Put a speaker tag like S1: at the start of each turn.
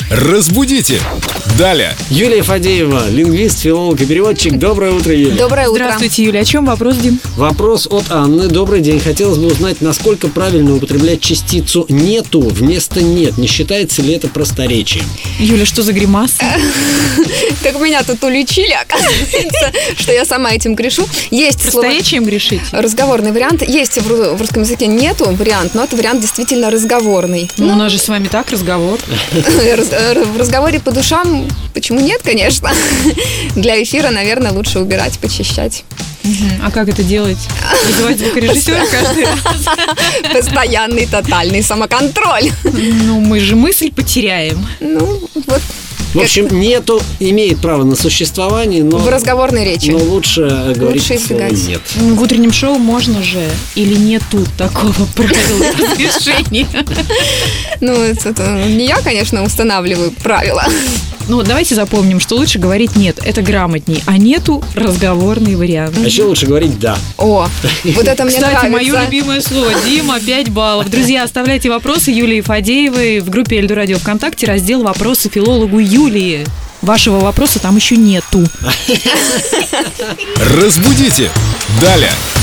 S1: Разбудите! Далее!
S2: Юлия Фадеева, лингвист, филолог и переводчик. Доброе утро, Юлия.
S3: Доброе утро.
S4: Здравствуйте, Юля. О чем вопрос, Дим?
S2: Вопрос от Анны. Добрый день. Хотелось бы узнать, насколько правильно употреблять частицу «нету» вместо «нет». Не считается ли это просторечием?
S4: Юля, что за гримаса?
S3: Как меня тут уличили, оказывается, что я сама этим грешу. Есть слово
S4: Просторечием грешите?
S3: разговорный вариант. Есть в русском языке нету вариант, но это вариант действительно разговорный.
S4: Ну, у нас же с вами так разговор.
S3: В разговоре по душам почему нет, конечно. Для эфира, наверное, лучше убирать, почищать.
S4: А как это делать? Вызывать звукорежиссера каждый раз?
S3: Постоянный, тотальный самоконтроль.
S4: Ну, мы же мысль потеряем.
S3: Ну, вот
S2: В общем, «нету» имеет право на существование, но,
S3: в разговорной речи.
S2: но лучше говорить
S3: Лучше
S2: слово
S3: избегать.
S2: «нет».
S4: В утреннем шоу можно же или нету такого правила разрешения?
S3: Ну, это не я, конечно, устанавливаю правила.
S4: Ну, давайте запомним, что лучше говорить «нет», это грамотней, а «нету» — разговорный вариант.
S2: А еще лучше говорить «да».
S3: О, вот это мне
S4: Кстати,
S3: нравится.
S4: мое любимое слово. Дима, 5 баллов. Друзья, оставляйте вопросы Юлии Фадеевой в группе Эльду Радио ВКонтакте, раздел «Вопросы филологу Юлии». Вашего вопроса там еще нету.
S1: Разбудите! Далее!